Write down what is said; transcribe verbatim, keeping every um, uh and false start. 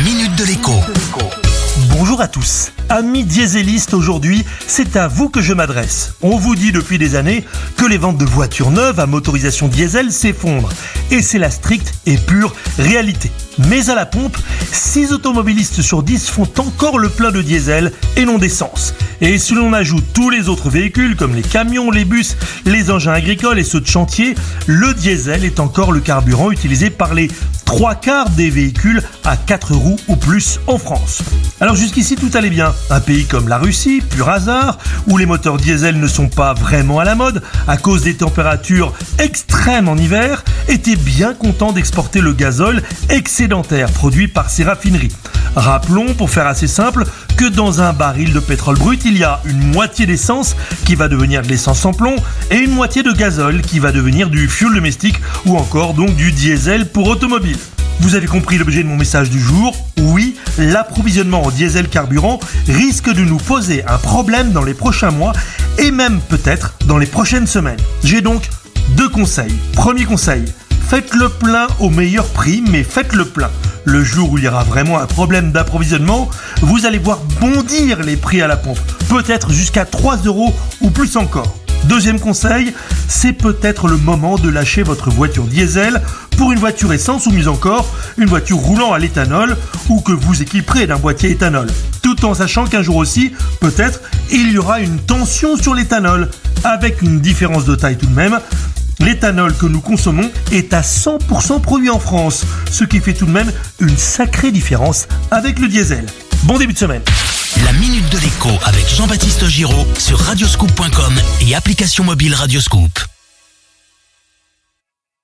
Minute de l'écho. Bonjour à tous. Amis dieselistes, aujourd'hui, c'est à vous que je m'adresse. On vous dit depuis des années que les ventes de voitures neuves à motorisation diesel s'effondrent. Et c'est la stricte et pure réalité. Mais à la pompe, six automobilistes sur dix font encore le plein de diesel et non d'essence. Et si l'on ajoute tous les autres véhicules comme les camions, les bus, les engins agricoles et ceux de chantier, le diesel est encore le carburant utilisé par les trois quarts des véhicules à quatre roues ou plus en France. Alors jusqu'ici tout allait bien. Un pays comme la Russie, pur hasard, où les moteurs diesel ne sont pas vraiment à la mode à cause des températures extrêmes en hiver, était bien content d'exporter le gazole excédentaire produit par ses raffineries. Rappelons, pour faire assez simple, que dans un baril de pétrole brut, il y a une moitié d'essence qui va devenir de l'essence sans plomb et une moitié de gazole qui va devenir du fuel domestique ou encore donc du diesel pour automobile. Vous avez compris l'objet de mon message du jour. Oui, l'approvisionnement en diesel carburant risque de nous poser un problème dans les prochains mois et même peut-être dans les prochaines semaines. J'ai donc deux conseils. Premier conseil, faites le plein au meilleur prix, mais faites le plein. Le jour où il y aura vraiment un problème d'approvisionnement, vous allez voir bondir les prix à la pompe, peut-être jusqu'à trois euros ou plus encore. Deuxième conseil, c'est peut-être le moment de lâcher votre voiture diesel pour une voiture essence ou mieux encore, une voiture roulant à l'éthanol ou que vous équiperez d'un boîtier éthanol. Tout en sachant qu'un jour aussi, peut-être, il y aura une tension sur l'éthanol, avec une différence de taille tout de même. L'éthanol que nous consommons est à cent pour cent produit en France, ce qui fait tout de même une sacrée différence avec le diesel. Bon début de semaine. La Minute de l'écho avec Jean-Baptiste Giraud sur radioscoop point com et application mobile Radioscoop.